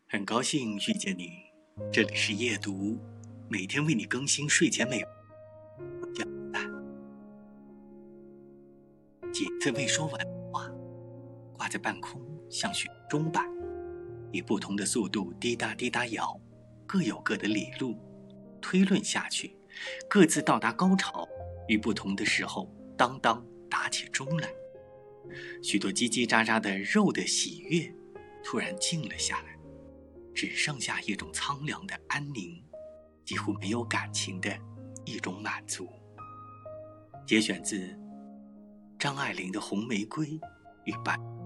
很高兴遇见你，这里是夜读，每天为你更新睡前美文。几次未说完的话，挂在半空，像许钟摆，以不同的速度滴答滴答摇，各有各的理路。推论下去，各自到达高潮，于不同的时候，当当打起钟来。许多叽叽喳喳的肉的喜悦，突然静了下来。只剩下一种苍凉的安宁，几乎没有感情的一种满足。节选自张爱玲的《红玫瑰与白》。